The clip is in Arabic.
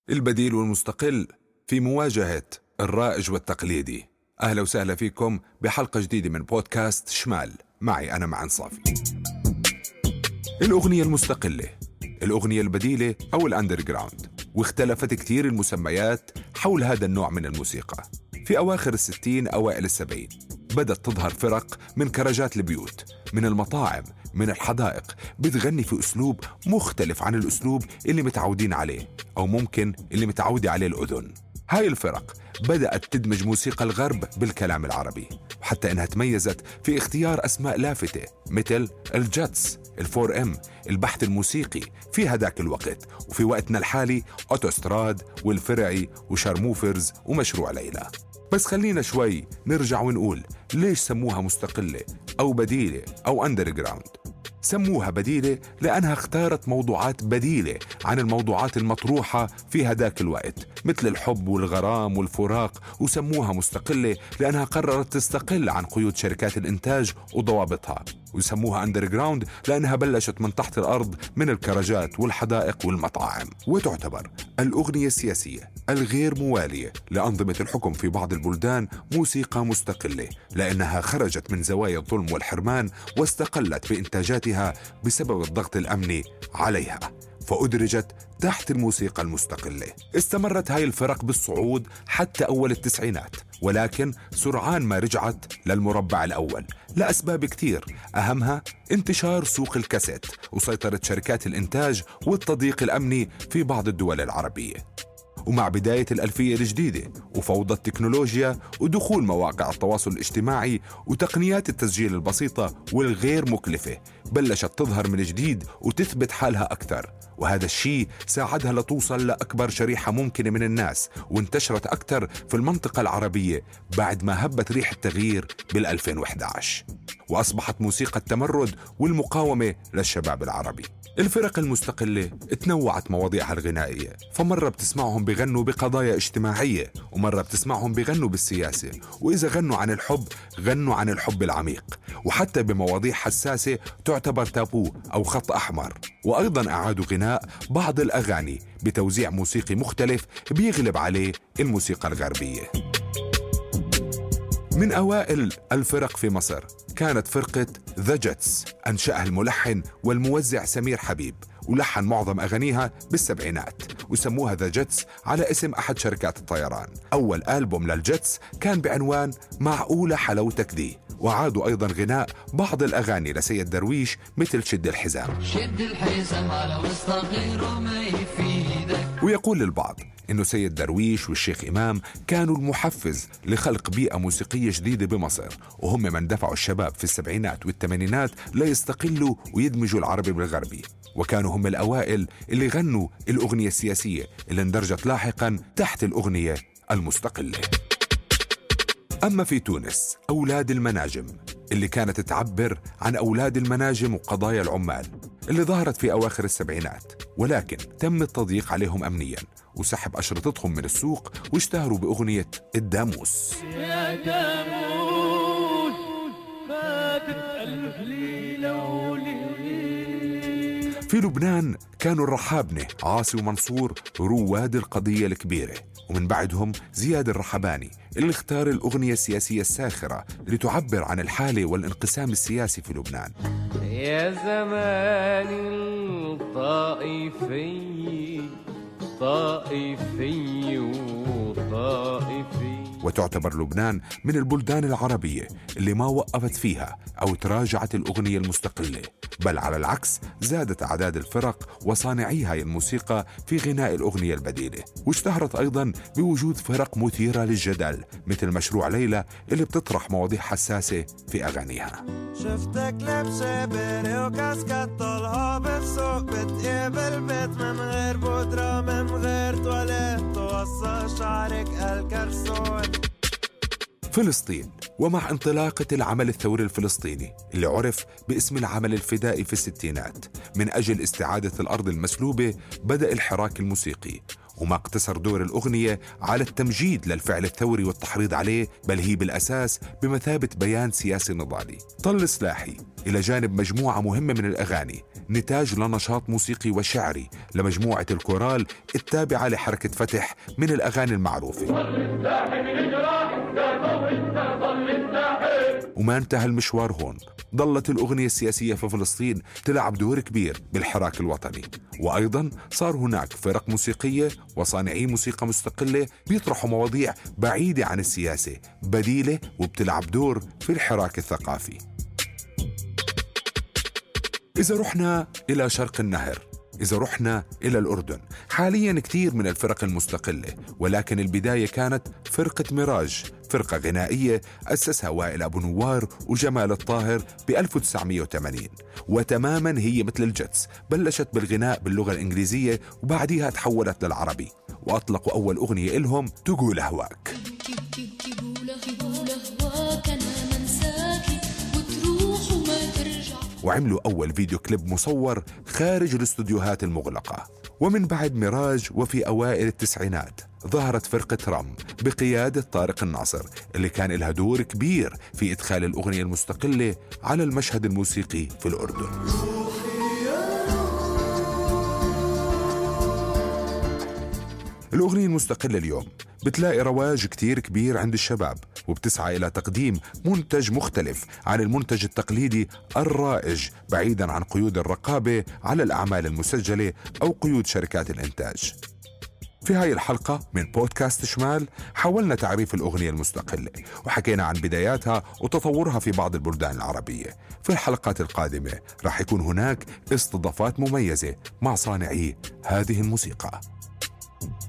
البديل والمستقل في مواجهة الرائج والتقليدي. أهلا وسهلا فيكم بحلقة جديدة من بودكاست شمال، معي أنا معن صافي. الأغنية المستقلة، الأغنية البديلة أو الأندرغراوند، واختلفت كثير المسميات حول هذا النوع من الموسيقى. في أواخر الستين أوائل السبعين بدأت تظهر فرق من كرجات البيوت، من المطاعم، من الحدائق، بتغني في أسلوب مختلف عن الأسلوب اللي متعودين عليه، أو ممكن اللي متعودة عليه الأذن. هاي الفرق بدأت تدمج موسيقى الغرب بالكلام العربي، وحتى إنها تميزت في اختيار أسماء لافتة مثل الجاتس، الفور ام، البحث الموسيقي في هداك الوقت، وفي وقتنا الحالي أوتوستراد والفرعي وشارموفرز ومشروع ليلى. بس خلينا شوي نرجع ونقول ليش سموها مستقلة أو بديلة أو أندرغراوند. سموها بديلة لأنها اختارت موضوعات بديلة عن الموضوعات المطروحة في هداك الوقت، مثل الحب والغرام والفراق. وسموها مستقلة لأنها قررت تستقل عن قيود شركات الإنتاج وضوابطها. ويسموها أندرغراوند لأنها بلشت من تحت الأرض، من الكرجات والحدائق والمطاعم. وتعتبر الأغنية السياسية الغير موالية لأنظمة الحكم في بعض البلدان موسيقى مستقلة، لأنها خرجت من زوايا الظلم والحرمان واستقلت بإنتاجاتها بسبب الضغط الأمني عليها، فأدرجت تحت الموسيقى المستقلة. استمرت هاي الفرق بالصعود حتى أول التسعينات، ولكن سرعان ما رجعت للمربع الأول لأسباب كتير، أهمها انتشار سوق الكاسيت وسيطرة شركات الإنتاج والتضييق الأمني في بعض الدول العربية. ومع بداية الألفية الجديدة وفوضى التكنولوجيا ودخول مواقع التواصل الاجتماعي وتقنيات التسجيل البسيطة والغير مكلفة، بلشت تظهر من جديد وتثبت حالها أكثر. وهذا الشيء ساعدها لتوصل لأكبر شريحة ممكنة من الناس، وانتشرت أكثر في المنطقة العربية بعد ما هبت ريح التغيير بال2011، وأصبحت موسيقى التمرد والمقاومة للشباب العربي. الفرق المستقلة تنوعت مواضيعها الغنائية، فمرة بتسمعهم بغنوا بقضايا اجتماعية، ومرة بتسمعهم بغنوا بالسياسة، وإذا غنوا عن الحب غنوا عن الحب العميق، وحتى بمواضيع حساسة تعتبر تابو أو خط أحمر. وأيضا أعادوا غناء بعض الأغاني بتوزيع موسيقي مختلف بيغلب عليه الموسيقى الغربية. من أوائل الفرق في مصر كانت فرقة ذا جاتس، أنشأها الملحن والموزع سمير حبيب، ولحن معظم أغانيها بالسبعينات، وسموها ذا جاتس على اسم أحد شركات الطيران. أول ألبوم للجاتس كان بعنوان معقولة حلاوتك دي، وعادوا أيضا غناء بعض الأغاني لسيد درويش مثل شد الحزام. شد الحزام على وسط غير ما يفيدك. ويقول البعض إنه سيد درويش والشيخ إمام كانوا المحفز لخلق بيئة موسيقية جديدة بمصر، وهم من دفعوا الشباب في السبعينات والثمانينات ليستقلوا ويدمجوا العربي بالغربي. وكانوا هم الأوائل اللي غنوا الأغنية السياسية اللي اندرجت لاحقا تحت الأغنية المستقلة. أما في تونس أولاد المناجم، اللي كانت تعبر عن أولاد المناجم وقضايا العمال، اللي ظهرت في أواخر السبعينات، ولكن تم التضييق عليهم أمنيا وسحب أشرطتهم من السوق، واشتهروا بأغنية الداموس. يا داموس ما تتألف ليلة وليلة. في لبنان كانوا الرحابنة عاصي ومنصور رواد القضية الكبيرة، ومن بعدهم زياد الرحباني اللي اختار الأغنية السياسية الساخرة اللي تعبر عن الحالة والانقسام السياسي في لبنان. يا زمان الطائفي طائفي وطائفي. وتعتبر لبنان من البلدان العربية اللي ما وقفت فيها أو تراجعت الأغنية المستقلة، بل على العكس زادت أعداد الفرق وصانعي هاي الموسيقى في غناء الأغنية البديلة. واشتهرت أيضا بوجود فرق مثيرة للجدل مثل مشروع ليلى اللي بتطرح مواضيع حساسة في أغانيها. شفتك لابسة بيري وكاسكات طالعة بالسوق، بتقابل بيت من غير بودرة من غير تواليت، توصى شعرك الكرسون. فلسطين، ومع انطلاقة العمل الثوري الفلسطيني اللي عرف باسم العمل الفدائي في الستينات من أجل استعادة الأرض المسلوبة، بدأ الحراك الموسيقي، وما اقتصر دور الأغنية على التمجيد للفعل الثوري والتحريض عليه، بل هي بالأساس بمثابة بيان سياسي نضالي. طل سلاحي إلى جانب مجموعة مهمة من الأغاني نتاج لنشاط موسيقي وشعري لمجموعة الكورال التابعة لحركة فتح من الأغاني المعروفة. وما انتهى المشوار هون، ظلت الأغنية السياسية في فلسطين تلعب دور كبير بالحراك الوطني، وأيضا صار هناك فرق موسيقية وصانعي موسيقى مستقلة بيطرحوا مواضيع بعيدة عن السياسة، بديلة وبتلعب دور في الحراك الثقافي. إذا رحنا إلى شرق النهر، إذا رحنا إلى الأردن، حالياً كتير من الفرق المستقلة، ولكن البداية كانت فرقة ميراج، فرقة غنائية أسسها وائل أبو نوار وجمال الطاهر ب 1980، وتماماً هي مثل الجتس، بلشت بالغناء باللغة الإنجليزية وبعديها تحولت للعربي، وأطلقوا أول أغنية إلهم تقول أهواك. وعملوا أول فيديو كليب مصور خارج الاستوديوهات المغلقة. ومن بعد ميراج وفي أوائل التسعينات ظهرت فرقة رم بقيادة طارق الناصر، اللي كان لها دور كبير في إدخال الأغنية المستقلة على المشهد الموسيقي في الأردن. الأغنية المستقلة اليوم بتلاقي رواج كتير كبير عند الشباب، وبتسعى إلى تقديم منتج مختلف عن المنتج التقليدي الرائج، بعيداً عن قيود الرقابة على الأعمال المسجلة أو قيود شركات الإنتاج. في هاي الحلقة من بودكاست شمال حاولنا تعريف الأغنية المستقلة، وحكينا عن بداياتها وتطورها في بعض البلدان العربية. في الحلقات القادمة راح يكون هناك استضافات مميزة مع صانعي هذه الموسيقى.